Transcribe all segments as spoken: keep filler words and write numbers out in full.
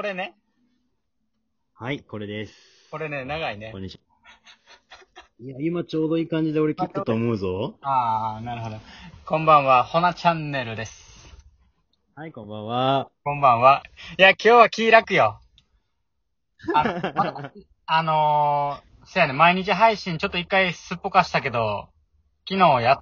れね。 はい、これです。 これね、長いねこん。にちは。いや、今ちょうどいい感じで俺切ったと思うぞ。 ああ、なるほど。こんばんは、ほなチャンネルです。 はい、こんばんは。 こんばんは。いや、今日は気楽よ。あの、また、あのー、せやね、毎日配信ちょっと一回すっぽかしたけど、昨日やって、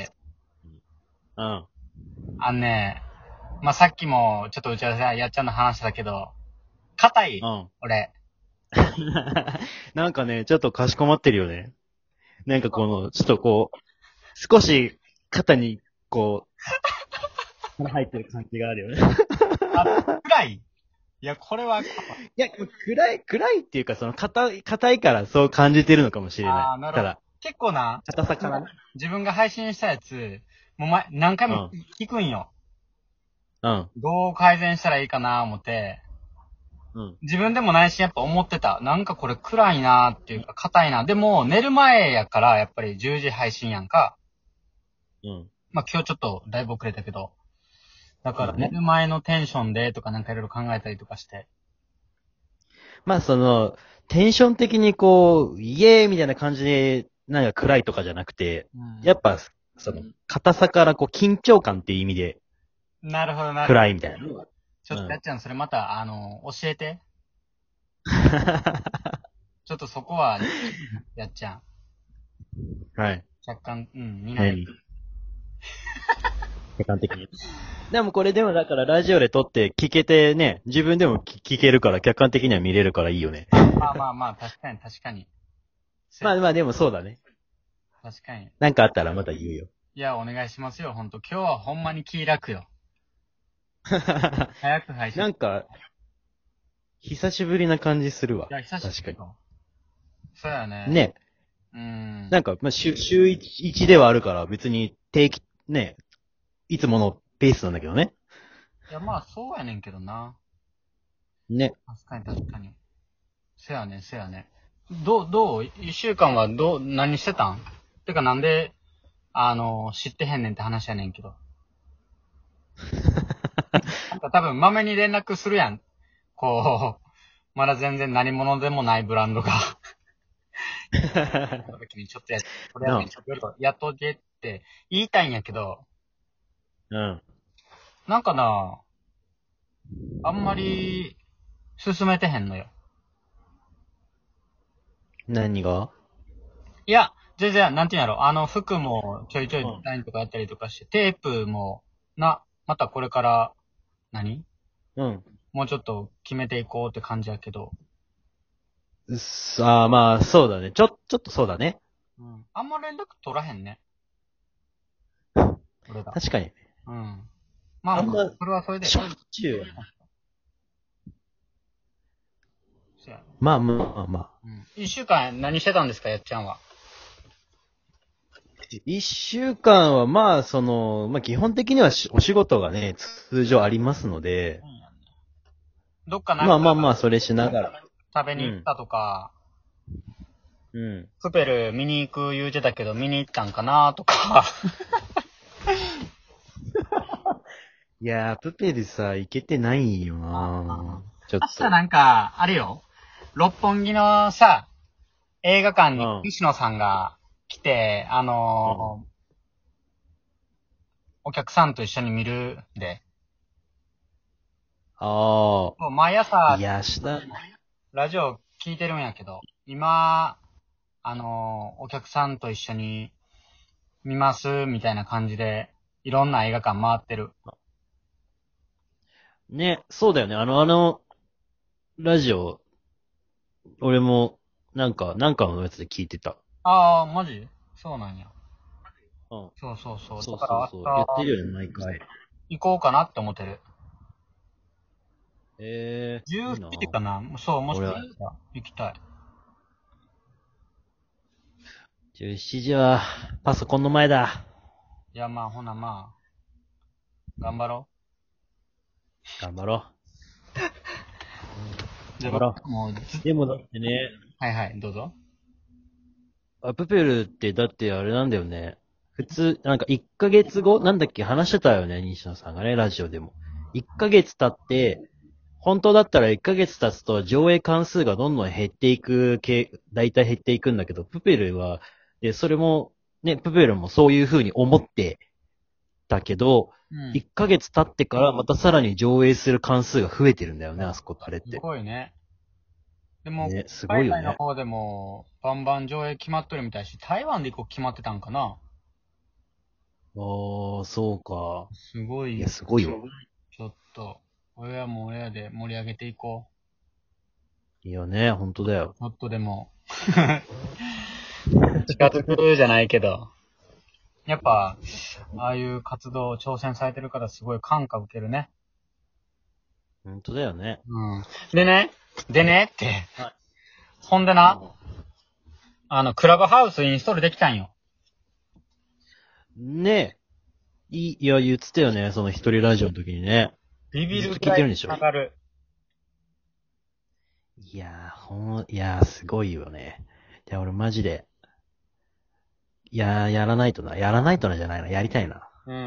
うん。 あのね、まあ、さっきもちょっと打ち合わせやっちゃんの話したけど、硬い、 うん。 俺。 なんかね、ちょっとかしこまってるよね。なんかこの、ちょっとこう、少し肩に、こう、腹入ってる感じがあるよね。 あ、暗い。いや、これは、 いや、暗い、暗いっていうか、その、硬い、硬いからそう感じてるのかもしれない。 ああ、なるほど。 ただ、 結構な、 硬さからね。 自分が配信したやつ、もう前、何回もうん。 聞くんよ。 うん。 どう改善したらいいかな思って、 うん。 自分でも内心やっぱ思ってた。なんかこれ暗いなっていうか硬いな。でも寝る前やからやっぱりじゅうじ配信やんか。 うん。 まあ今日ちょっとだいぶ遅れたけど。だから寝そうだね。 る前のテンションでとかなんかいろいろ考えたりとかして。 まあ、その、テンション的にこう、イエーイみたいな感じで、なんか暗いとかじゃなくて、 うん。 やっぱ、その、硬さからこう、緊張感っていう意味で、 なるほどなるほど。 暗いみたいな。 ちょっとやっちゃんそれまた、あの、教えて。ちょっとそこは、やっちゃん。 はい。 客観、うん、見ない。 何客観的に。でもこれでもだからラジオで撮って聞けてね、自分でも聞聞けるから客観的には見れるからいいよね。 まあまあまあ、確かに確かに。 まあまあでもそうだね。 確かに。 なんかあったらまた言うよ。 いや、お願いしますよ、ほんと。今日はほんまに気楽よ。早く配信。 なんか、久しぶりな感じするわ。 いや、久しぶ確かりよ。そうやね。 に。ね。 うん。 なんか、まあ、週、週一、一ではあるから、別に定期、ね、いつものペースなんだけどね。 いや、まあ、そうやねんけどな。 ね。 確かに確かに。せやねん、せやねん。どう、どう一週間はどう、何してたんてかなんで、あの、知ってへんねんって話やねんけど。なんか多分、まめに連絡するやん。こう、まだ全然何者でもないブランドが。その時にちょっとや、これやってなちょっとやっとけって言いたいんやけど、 あ。うん。 なんかな、あんまり進めてへんのよ。 何がいや、全然、なんていうんやろ、あの、服もちょいちょいデうん。 ザインとかやったりとかして、テープも、な、またこれから、何うん。 もうちょっと決めていこうって感じやけど、 うっすああ、まあ、そうだね。ちょ、ちょっとそうだね。 うん。あんま連絡取らへんね。俺ら。 確かに。 うん。まああんま、 まあ、それはそれで。 しょっちゅう。 そやまあまあまあ。 うん。一週間何してたんですか、やっちゃんは。 一週間はまあ、その、まあ基本的にはしお仕事がね、通常ありますので、 うんやねどっかなんかまあまあまあ、それしながら。 食べうん。 に行ったとか、 うん。 プペル見に行く言うてたけど見に行ったんかなとか。 いやー、プペルさ、いけてないよなー。ちょっと。 明日なんか、あれよ。六本木のさ、映画館にうん。 西野さんが来て、あうん。 のーお客さんと一緒に見るで。 ああ。 もう毎朝、 いや、明日、 ラジオ聞いてるんやけど、今、あのーお客さんと一緒に見ます、みたいな感じで、いろんな映画館回ってる。 ね、そうだよね。あの、あの、ラジオ、俺も、なんか、なんかのやつで聞いてた。 ああ、マジそうなんや。 うん。 そうそうそう。 そうだからそうそう。やって明日、 るよね、毎回。 行こうかなって思ってる。 ええー、いいなじゅうしちじぁ。 かなそう、もしか俺は、 したら行きたい。 じゅうしちじは、パソコンの前だ。 いや、まあ、ほなまあ、頑張ろ頑張ろう。 う。 じゃあ、 頑張ろもうず、 う。でもだってね、 はいはい、どうぞ。 あ、プペルってだってあれなんだよね。普通、なんかいっかげつごなんだっけ話してたよね、西野さんがね、ラジオでも。いっかげつ経って、 本当だったらいっかげつ経つと上映関数がどんどん減っていく系、だいたい減っていくんだけど、プペルは、で、それも、ね、プペルもそういう風に思ってたけど、 うんいっかげつ経ってからまたさらに上映する関数が増えてるんだよね、あそこ、あれっすて。 ごいね。でも、 ね、すごい海よね。 外の方でも、バンバン上映決まっとるみたいし、台湾で一個決まってたんかな。 ああ、そうか。 すごい、 いや、すごいわ。 ちょっと、親も親で盛り上げていこいやね、本当だよ。 う。ちょっとでも、近づくじゃないけど。やっぱ、ああいう活動、挑戦されてる方すごい感化受けるね。 本当だよね。 うん。でね、でねって、 はいほんでな、あの、クラブハウスインストールできたんよ。 ねえ。いい、いや、言ってたよね、その一人ラジオの時にね。 ビビずっとるくらい聞いてるんでしょ上がる。 いやー、ほん、いやー、すごいよね。いや、俺マジで、いやー、やらないとな。やらないとなじゃないな。やりたいな。 うん。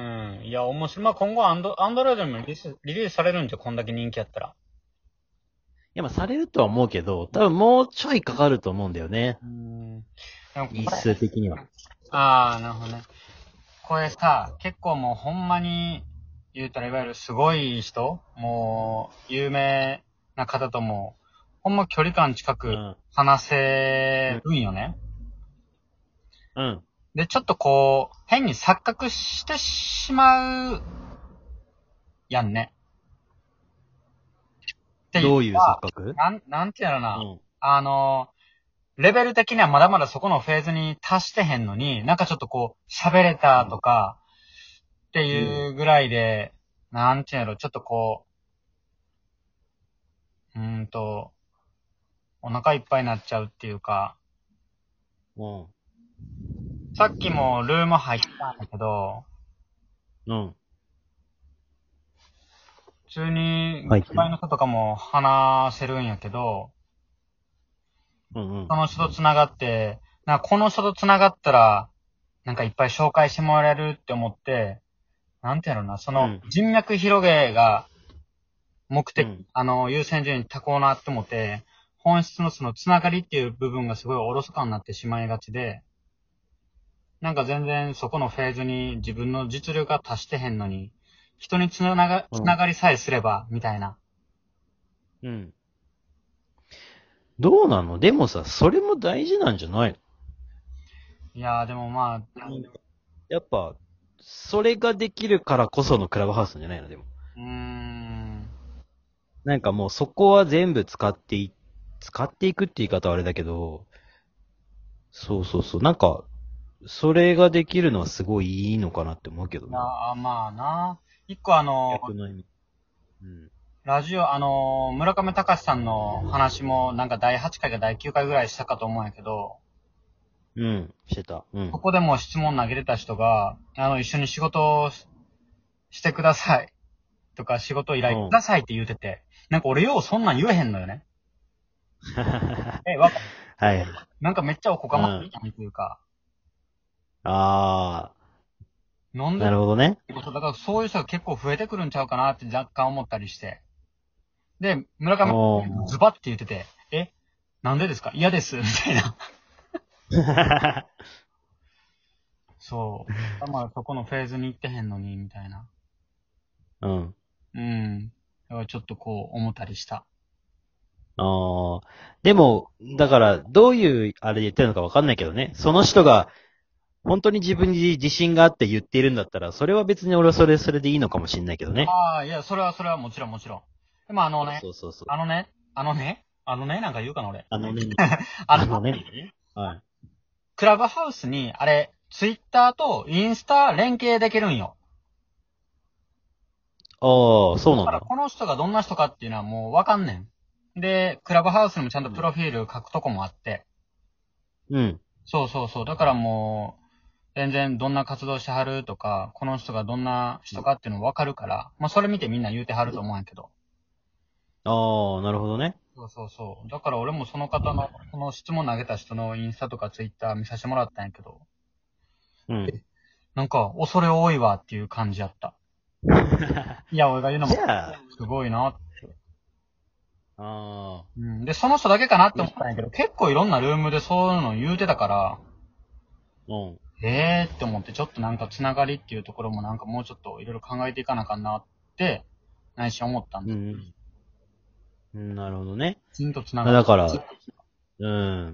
いや、面白い。まあ、今後アンド、アンドロイドにもリリース、リリースされるんじゃ、こんだけ人気やったら。 いや、まあ、されるとは思うけど、多分もうちょいかかると思うんだよね。 うん。でもこれ日数的には。 ああ、なるほどね。これさ、結構もうほんまに、言うたらいわゆるすごい人もう、有名な方とも、ほんま距離感近くうん。 話せるんよね。 うん。 で、ちょっとこう、変に錯覚してしまう、やんね。っていうどういうのは錯覚？ なん、なんていうのな、 うん。 あの、レベル的にはまだまだそこのフェーズに達してへんのに、なんかちょっとこう、喋れたとか、っていうぐらいで、なんていうの、ちょっとこう、うーんと、お腹いっぱいになっちゃうっていうか、 うん。 さっきもルーム入ったんだけど、 うん。 普通に、 はいいっぱいの人とかも話せるんやけど、 うんうんそ。の人と繋がって、なんかこの人と繋がったら、なんかいっぱい紹介してもらえるって思って、なんていうのな、そのうん人脈広げが目的、 うんあの、優先順位高うなって思って、本質のその繋がりっていう部分がすごいおろそかになってしまいがちで、なんか全然そこのフェーズに自分の実力が達してへんのに、人につなが、 うんつながりさえすれば、みたいな。 うん。どうなの？でもさ、それも大事なんじゃないいやーでもまあ、 の？やっぱ、それができるからこそのクラブハウスなんじゃないの？でも。 うーん、 なんかもうそこは全部使ってい、使っていくって言い方はあれだけど、そうそうそう。なんか、それができるのはすごいいいのかなって思うけどな。 あまあな。一個あの、 逆の意味。うん。 ラジオ、あの、村上隆さんの話もなんかだいはちかいかだいきゅうかいぐらいしたかと思うんやけど、 うん。してた。うんこ。こでも質問投げれた人が、あの、一緒に仕事をししてください。とか、仕事依頼くださいって言うてて、なんか俺ようそんなん言えへんのよね。え、わか、 はい。 なんかめっちゃおこがましいやんというか、 あー、 なんで、 なるほどね。 だからそういう人が結構増えてくるんちゃうかなって若干思ったりして。で、村上おー。 ズバって言ってて、え、なんでですか嫌ですみたいな。そう。まあそこのフェーズに行ってへんのに、みたいな。 うん。 うん。だからちょっとこう思ったりした。 あー。でも、だから、どういう、あれで言ってるのかわかんないけどね。その人が、本当に自分に自信があって言っているんだったら、それは別に俺はそれ、それでいいのかもしれないけどね。 ああ、いや、それはそれはもちろんもちろん。でもあのね、 そうそうそう。 あのね、あのね、あのね、なんか言うかな俺。 あのね、 あのあのね。はい。 クラブハウスに、あれ、ツイッターとインスタ連携できるんよ。 ああ、そうだからなんだ。 この人がどんな人かっていうのはもうわかんねん。で、クラブハウスにもちゃんとプロフィール書くとこもあって。 うん。 そうそうそう。だからもう、全然どんな活動してはるとか、この人がどんな人かっていうのわかるから、まあそれ見てみんな言うてはると思うんやけど。 ああ、なるほどね。 そうそうそう。だから俺もその方の、この質問投げた人のインスタとかツイッター見させてもらったんやけど、 うん。 なんか恐れ多いわっていう感じやった。いや、俺が言うのもじゃあ、 すごいなって。 ああ。 うん。で、その人だけかなって思ったんやけど、結構いろんなルームでそういうの言うてたから、 うん。 えーって思って、ちょっとなんかつながりっていうところもなんかもうちょっといろいろ考えていかなあかんなって、内心思ったんでうす。 ん。うん。なるほどね。 きちんとつながる。 だから、うん。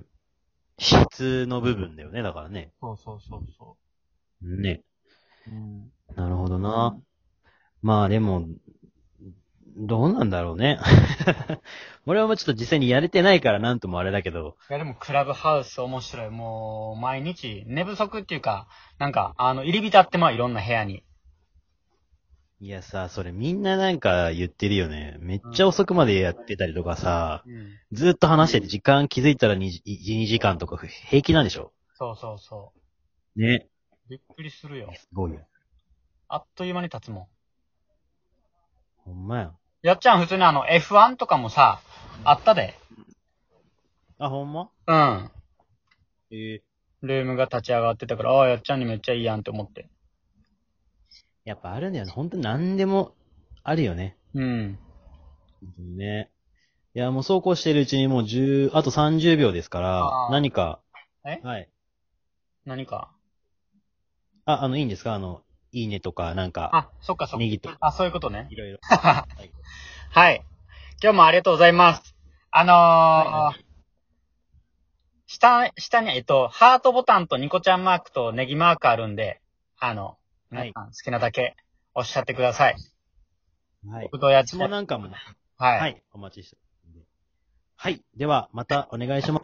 質の部分だよね、だからね。 そうそうそうそね。 う。うん。 なるほどな。まあでも、どうなんだろうね。俺はもうちょっと実際にやれてないからなんともあれだけど。 いやでもクラブハウス面白い。もう、毎日寝不足っていうか、なんか、あの、入り浸ってまあいろんな部屋に。 いやさ、それみんななんか言ってるよね。めっちゃ遅くまでやってたりとかさ、 うん。 ずっと話してて時間気づいたらにじ、いち、にじかんとか平気なんでしょ？ そうそうそね。 う。びっくりするよ。 すごいよ。 あっという間に経つもん。 ほんまや。 やっちゃん普通にあの エフワン とかもさ、あったで。 あ、ほんま？ うん。 ええルームが立ち上がってたから、ああ、やっちゃんにめっちゃいいやんって思って。 やっぱあるんだよね。ほんと何でもあるよね。 うん。 ね。いや、もうそうこうしてるうちにもうじゅう、あとさんじゅうびょうですから、 ああ。 何か、 えはい。 何か。 あ、あの、いいんですか？あの、いいねとか、なんか、 あ、そっかそっネギとか、 か。あ、そういうことね。 いろいろ。はい。 はい。今日もありがとうございます。あのーは下、下に、えっと、ハートボタンとニコちゃんマークとネギマークあるんで、あの、 はい皆さん好きなだけおっしゃってください。 はい。 僕とやって質問なんかも、 はい。 はい、お待ちしてますんで。はい。では、またお願いします。